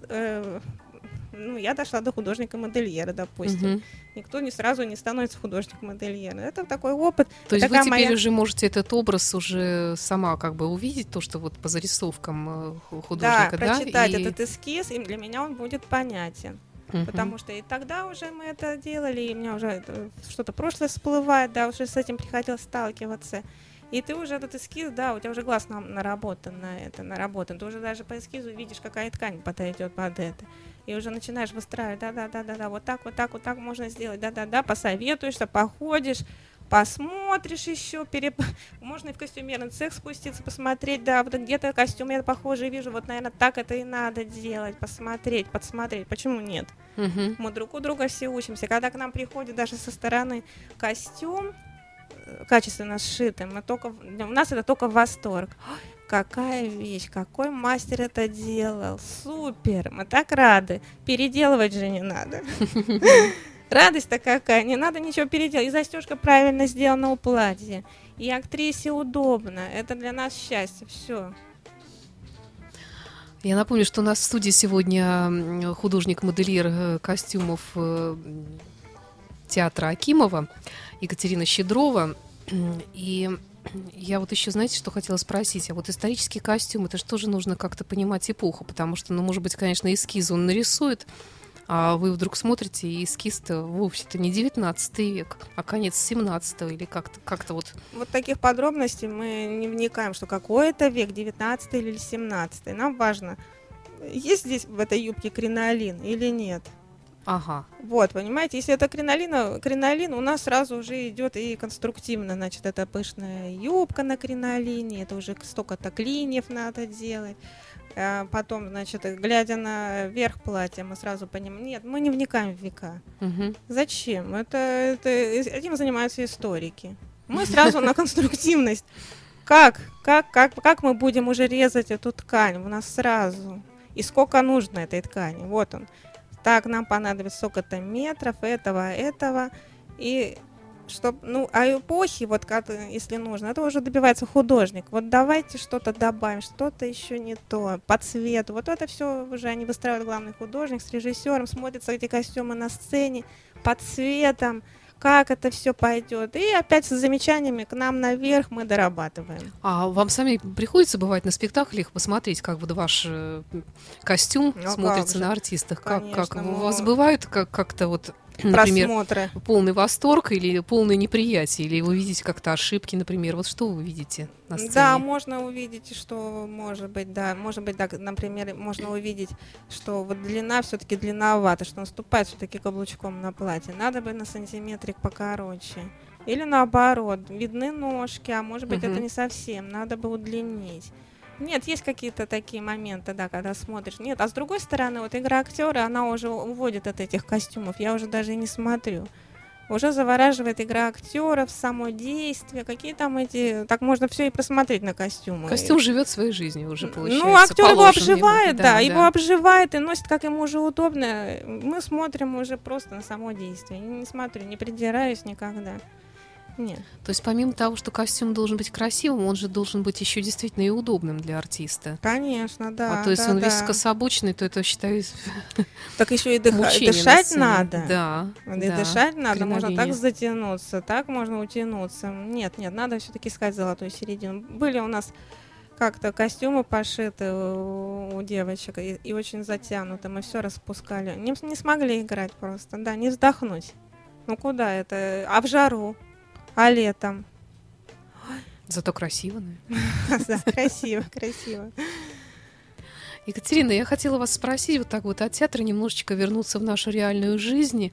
я дошла до художника-модельера, допустим. Угу. Никто сразу не становится художником-модельером. Это такой опыт. То есть вы теперь уже можете этот образ уже сама как бы увидеть, то, что вот по зарисовкам художника, да? Прочитать этот эскиз, и для меня он будет понятен. Потому что и тогда уже мы это делали, и у меня уже что-то прошлое всплывает, да, уже с этим приходилось сталкиваться. И ты уже этот эскиз, да, у тебя уже глаз наработан на это, наработан. Ты уже даже по эскизу видишь, какая ткань подойдет под это. И уже начинаешь выстраивать, да, вот так можно сделать, да, посоветуешься, походишь, посмотришь еще, можно и в костюмерный цех спуститься, посмотреть, да, вот где-то костюм я похожий вижу, вот, наверное, так это и надо делать, посмотреть, почему нет? Мы друг у друга все учимся. Когда к нам приходит даже со стороны костюм, качественно сшитый, у нас это только восторг. Какая вещь, какой мастер это делал, супер, мы так рады, переделывать же не надо. Радость-то какая, не надо ничего переделать, и застежка правильно сделана у платья, и актрисе удобно, это для нас счастье, все. Я напомню, что у нас в студии сегодня художник-модельер костюмов театра Акимова Екатерина Щедрова. И я вот еще, знаете, что хотела спросить? А вот исторический костюм, это же тоже нужно как-то понимать эпоху, потому что, может быть, конечно, эскиз он нарисует, а вы вдруг смотрите, и эскиз-то вовсе-то не 19 век, а конец 17-го или как-то вот. Вот таких подробностей мы не вникаем, что какой это век, 19 или 17. Нам важно, есть здесь в этой юбке кринолин или нет. Ага. Вот, понимаете, если это кринолин, у нас сразу уже идет и конструктивно, значит, это пышная юбка на кринолине, это уже столько-то клиньев надо делать. Потом, значит, глядя на верх платья, мы сразу понимаем, нет, мы не вникаем в века. Угу. Зачем? Этим занимаются историки. Мы сразу на конструктивность. как мы будем уже резать эту ткань у нас сразу? И сколько нужно этой ткани? Вот он. Так, нам понадобится сколько-то метров этого. И а эпохи, вот если нужно, это уже добивается художник. Вот давайте что-то добавим, что-то еще не то, по цвету. Вот это все уже они выстраивают главный художник с режиссером, смотрятся эти костюмы на сцене, по цветам, как это все пойдет. И опять с замечаниями к нам наверх мы дорабатываем. А вам сами приходится бывать на спектаклях, посмотреть, как вот ваш костюм смотрится на артистах? Конечно, как у вас бывает как-то вот... Например, просмотры. Полный восторг или полное неприятие, или вы видите как-то ошибки, например. Вот что вы видите на сцене? Да, можно увидеть, что может быть, например, можно увидеть, что вот длина все-таки длинновата, что наступает все-таки каблучком на платье. Надо бы на сантиметрик покороче. Или наоборот, видны ножки, а может быть это не совсем, надо бы удлинить. Нет, есть какие-то такие моменты, да, когда смотришь. Нет, а с другой стороны, вот игра актера, она уже уводит от этих костюмов. Я уже даже и не смотрю. Уже завораживает игра актеров, само действие, какие там эти... Так можно все и просмотреть на костюмы. Костюм живет своей жизнью уже, получается. Ну, актер его обживает, его обживает и носит, как ему уже удобно. Мы смотрим уже просто на само действие. Не смотрю, не придираюсь никогда. Нет. То есть помимо того, что костюм должен быть красивым, он же должен быть еще действительно и удобным для артиста. Конечно, да. А то есть он весь кособочный, то это, считаю, так еще и дышать надо. Да. И дышать надо, можно так затянуться, так можно утянуться. Нет, надо все-таки искать золотую середину. Были у нас как-то костюмы пошиты у девочек и очень затянуты. Мы все распускали. Не смогли играть просто, да, не вздохнуть. Ну куда это? А в жару? А летом? Зато красиво, наверное. Да, красиво. Екатерина, я хотела вас спросить вот так вот от театра немножечко вернуться в нашу реальную жизнь,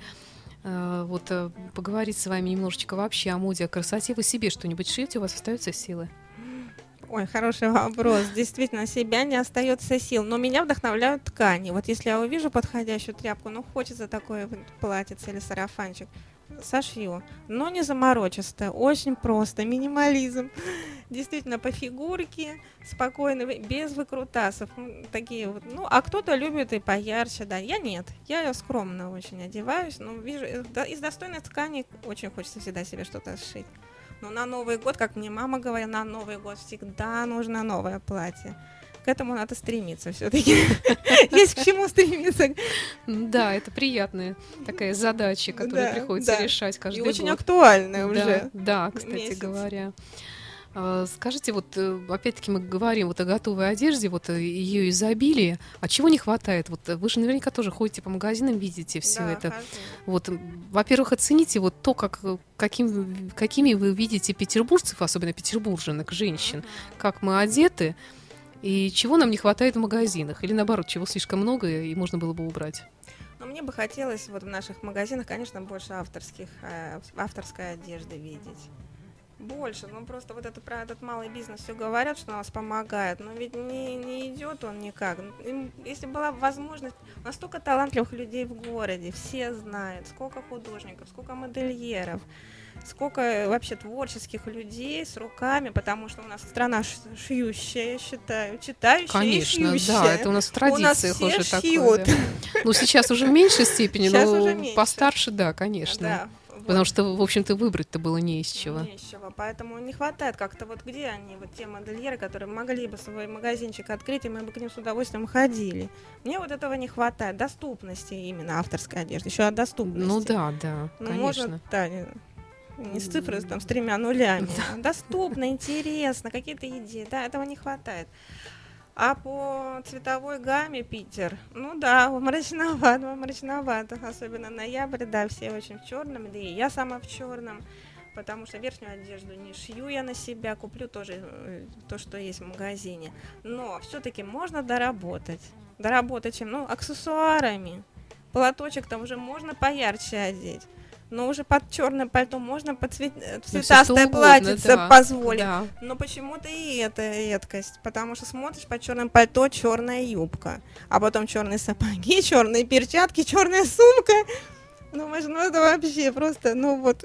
вот поговорить с вами немножечко вообще о моде, о красоте. Вы себе что-нибудь шьете, у вас остаются силы? Ой, хороший вопрос. Действительно, себя не остается сил. Но меня вдохновляют ткани. Вот если я увижу подходящую тряпку, хочется такое платьице или сарафанчик, сошью. Но не заморочисто, очень просто, минимализм. Действительно, по фигурке, спокойно, без выкрутасов. Такие вот. А кто-то любит и поярче, да. Я нет. Я скромно очень одеваюсь, но вижу, из достойной ткани очень хочется всегда себе что-то сшить. Но на Новый год, как мне мама говорила, на Новый год всегда нужно новое платье. К этому надо стремиться все-таки. Есть к чему стремиться. Да, это приятная такая задача, которую приходится решать каждый год. И очень актуальная уже. Да, кстати говоря. Скажите, вот опять-таки мы говорим вот о готовой одежде, вот ее изобилие. А чего не хватает? Вот вы же наверняка тоже ходите по магазинам, видите все это. Хожу. Вот, во-первых, оцените вот то, какими вы видите петербуржцев, особенно петербурженок, женщин, как мы одеты, и чего нам не хватает в магазинах, или наоборот, чего слишком много и можно было бы убрать. Но мне бы хотелось вот в наших магазинах, конечно, больше авторской одежды видеть. Больше, просто вот про этот малый бизнес все говорят, что нас помогает, но ведь не идет он никак. Если была возможность, у нас столько талантливых людей в городе, все знают, сколько художников, сколько модельеров, сколько вообще творческих людей с руками, потому что у нас страна шьющая, я считаю, читающая. Конечно, и шьющая. Да, это у нас в традициях у нас уже шьют. такое. Да. Сейчас уже в меньшей степени, сейчас но уже меньше. Постарше, да, конечно. Да. Потому что, в общем-то, выбрать-то было не из чего. Не из чего, поэтому не хватает как-то где они, те модельеры, которые могли бы свой магазинчик открыть, и мы бы к ним с удовольствием ходили. Мне этого не хватает, доступности именно авторской одежды, еще от доступности. Да, конечно. Можно, не с цифрой, с 3 нулями, доступно, интересно, какие-то идеи, этого не хватает. А по цветовой гамме Питер, мрачновато, особенно ноябрь, все очень в черном, да и я сама в черном, потому что верхнюю одежду не шью я на себя, куплю тоже то, что есть в магазине, но все-таки можно доработать чем, аксессуарами, платочек там уже можно поярче одеть. Но уже под черное пальто можно под цветастое платьице позволить. Да. Но почему-то и это редкость. Потому что смотришь под черным пальто черная юбка, а потом черные сапоги, черные перчатки, черная сумка. Думаешь, это вообще просто,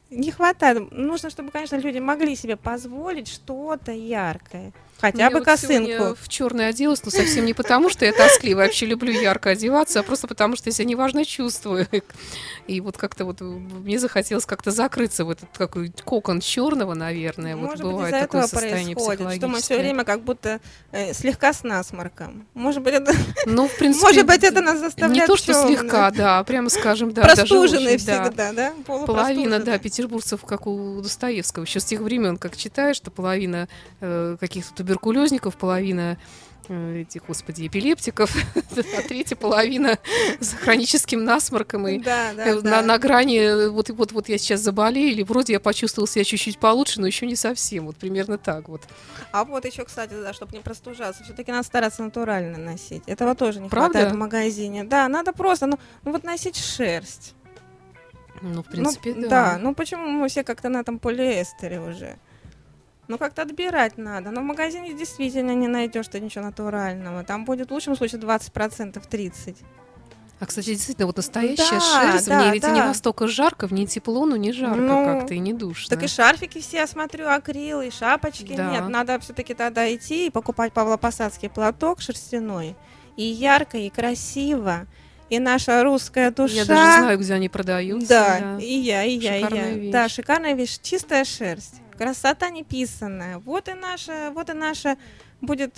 не хватает. Нужно, чтобы, конечно, люди могли себе позволить что-то яркое. Хотя бы вот косынку. сегодня в черное оделась, но совсем не потому, что я тоскливая, вообще люблю ярко одеваться, а просто потому, что я себя неважно чувствую. И вот как-то вот мне захотелось как-то закрыться в этот какой кокон черного, наверное. Может вот быть, бывает из-за такое этого состояние происходит, что мы все психологическое. время как будто слегка с насморком. Может быть, это, Ну, в принципе, может быть, это нас заставляет не то, что тёмно. слегка, да, прямо скажем, да, даже Простуженные очень, да. всегда, да? Половина, да, Полупростуженные. петербургцев, как у Достоевского, еще с тех времен, как читаешь, что половина каких-то туберкулезников, половина этих, господи, эпилептиков, а третья половина с хроническим насморком и Да, да, да. на грани, вот я сейчас заболею, или вроде я почувствовала себя чуть-чуть получше, но еще не совсем, вот примерно так вот. А вот еще, кстати, да, чтобы не простужаться, все-таки надо стараться натурально носить. Этого тоже не Правда? хватает в магазине. Да, надо просто, ну вот носить шерсть. Ну, в принципе, Ну, да. ну почему мы все как-то на этом полиэстере уже? Ну, как-то отбирать надо. Но в магазине действительно не найдешь-то ничего натурального. Там будет в лучшем случае 20%, 30%. А, кстати, действительно, вот настоящая Да, шерсть, в да, ней ведь и не да. настолько жарко, в ней тепло, но не жарко Ну, как-то и не душно. Так и шарфики все, я смотрю, акрил, и шапочки Да. нет. Надо все-таки тогда идти и покупать павлопосадский платок шерстяной. И ярко, и красиво. И наша русская душа. Я даже знаю, где они продаются. Да, и я. Шикарная вещь. Да, шикарная вещь, чистая шерсть. Красота неписанная. Вот и наша будет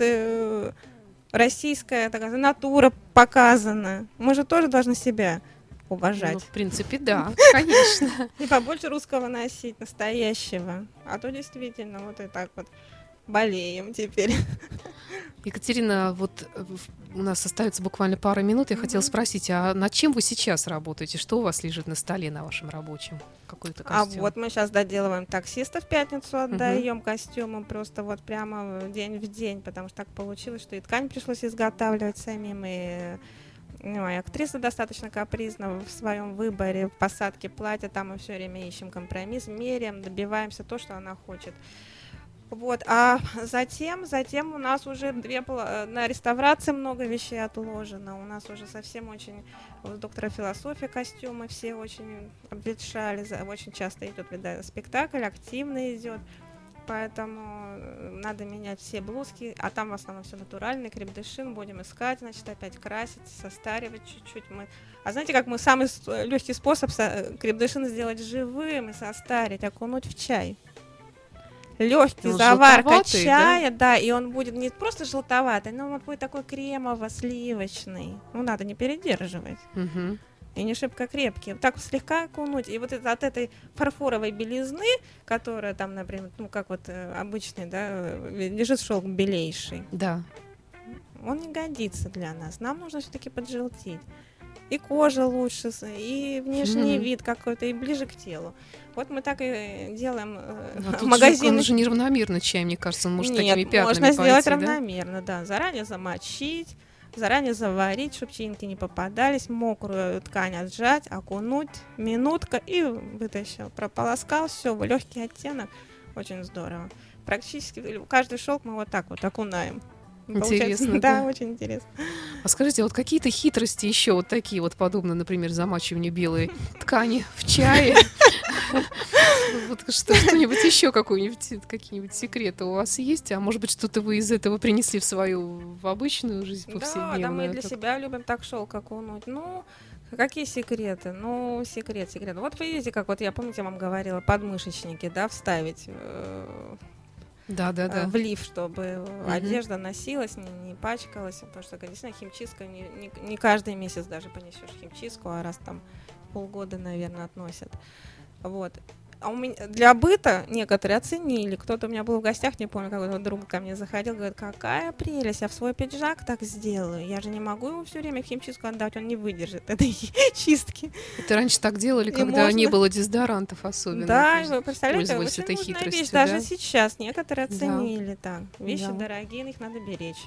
российская такая натура показана. Мы же тоже должны себя уважать. Ну, в принципе, да, конечно. И побольше русского носить, настоящего. А то действительно вот и так вот болеем теперь. Екатерина, вот у нас остается буквально пара минут. Я хотела спросить, а над чем вы сейчас работаете? Что у вас лежит на столе на вашем рабочем? Какой-то А костюм? вот мы сейчас доделываем таксиста в пятницу, отдаем костюмы просто вот прямо день в день, потому что так получилось, что и ткань пришлось изготавливать самим, и актриса достаточно капризна в своем выборе, в посадке платья, там мы все время ищем компромисс, меряем, добиваемся то, что она хочет. Вот, а затем у нас уже на реставрации много вещей отложено. У нас уже совсем очень у доктора философии костюмы все очень обветшали. Очень часто идет спектакль, активно идет. Поэтому надо менять все блузки, а там в основном все натуральный, крепдышин будем искать, значит, опять красить, состаривать чуть-чуть. А знаете, как мы самый легкий способ крепдышин сделать живым и состарить, окунуть в чай. Легкий, Он заварка желтоватый, чая, да, и он будет не просто желтоватый, но он будет такой кремово-сливочный. Ну, надо не передерживать. Мгм. И не шибко крепкий. Вот так вот слегка окунуть. И вот от этой фарфоровой белизны, которая там, например, ну, как вот обычный, да, лежит шелк белейший, Да. он не годится для нас. Нам нужно все-таки поджелтеть. И кожа лучше, и внешний вид какой-то, и ближе к телу. Вот мы так и делаем А тут в магазине. он же неравномерно чай, мне кажется, он может такими Нет, пятнами можно сделать пойти, да? равномерно, да. Заранее замочить, заранее заварить, чтобы чинки не попадались, мокрую ткань отжать, окунуть, минутка и вытащил. Прополоскал, все, легкий оттенок, очень здорово. Практически каждый шелк мы вот так вот окунаем. Интересно, Да, да. очень интересно. А скажите, вот какие-то хитрости еще вот такие вот, подобно, например, замачиванию белой ткани в чае? Вот что-нибудь еще, какие-нибудь секреты у вас есть? А может быть, что-то вы из этого принесли в обычную жизнь повседневную? Да, мы для себя любим так шелк окунуть. Ну, какие секреты? Ну, секрет. Вот вы видите, как вот я, помните, я вам говорила, подмышечники, да, вставить Да. в лиф, чтобы одежда носилась, не пачкалась, потому что, действительно, химчистка, не каждый месяц даже понесешь химчистку, а раз там полгода, наверное, относят. Вот. А у меня для быта некоторые оценили. Кто-то у меня был в гостях, не помню, какой-то друг ко мне заходил, говорит, какая прелесть, я в свой пиджак так сделаю. Я же не могу его все время в химчистку отдать, он не выдержит этой чистки. Это раньше так делали, И когда можно. не было дезодорантов особенно. Да, то вы есть представляете, пользовались очень этой нужная хитростью, вещь. Даже да? сейчас некоторые Да. оценили так. Вещи Да. дорогие, их надо беречь.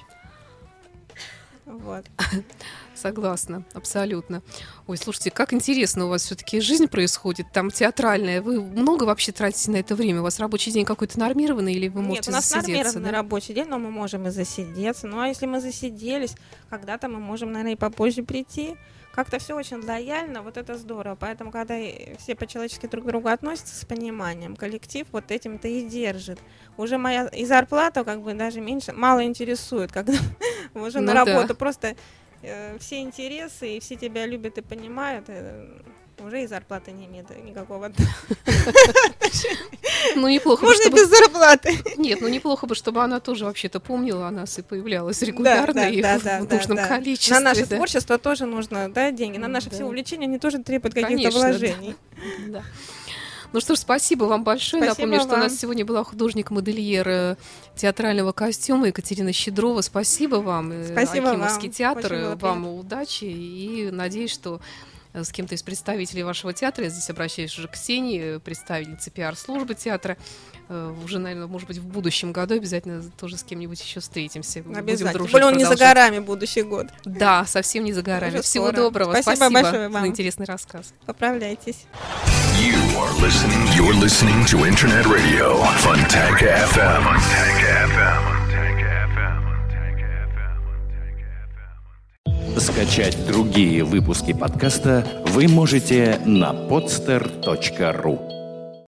Вот. Согласна, абсолютно. Ой, слушайте, как интересно у вас все-таки жизнь происходит, там театральная. Вы много вообще тратите на это время? У вас рабочий день какой-то нормированный или вы Нет, можете у нас засидеться? нормированный рабочий день, но мы можем и засидеться. Ну, а если мы засиделись, когда-то мы можем, наверное, и попозже прийти. как-то все очень лояльно, вот это здорово. Поэтому, когда все по-человечески друг к другу относятся с пониманием, коллектив вот этим-то и держит. Уже моя и зарплата как бы даже меньше, мало интересует, когда уже на работу просто все интересы, и все тебя любят и понимают, уже и зарплата не имеет никакого Ну, неплохо бы, можно чтобы... без зарплаты. Нет, ну неплохо бы, чтобы она тоже вообще-то помнила о нас и появлялась регулярно и в нужном количестве. На наше творчество тоже нужно, да, деньги. На наши все увлечения, они тоже требуют каких-то вложений. Да. Ну что ж, спасибо вам большое. Спасибо. Напомню, что у нас сегодня была художник-модельер театрального костюма Екатерина Щедрова. Спасибо вам. Спасибо Акимовский вам. театр. Вам удачи. И надеюсь, что с кем-то из представителей вашего театра, я здесь обращаюсь уже к Ксении, представительнице пиар-службы театра, уже, наверное, может быть, в будущем году обязательно тоже с кем-нибудь еще встретимся. Обязательно. Тем более он не за горами будущий год. Да, совсем не за горами. Уже Всего скоро. доброго. Спасибо большое вам за интересный рассказ. Поправляйтесь. You're listening to Internet Radio Fontanka FM. Скачать другие выпуски подкаста вы можете на podster.ru.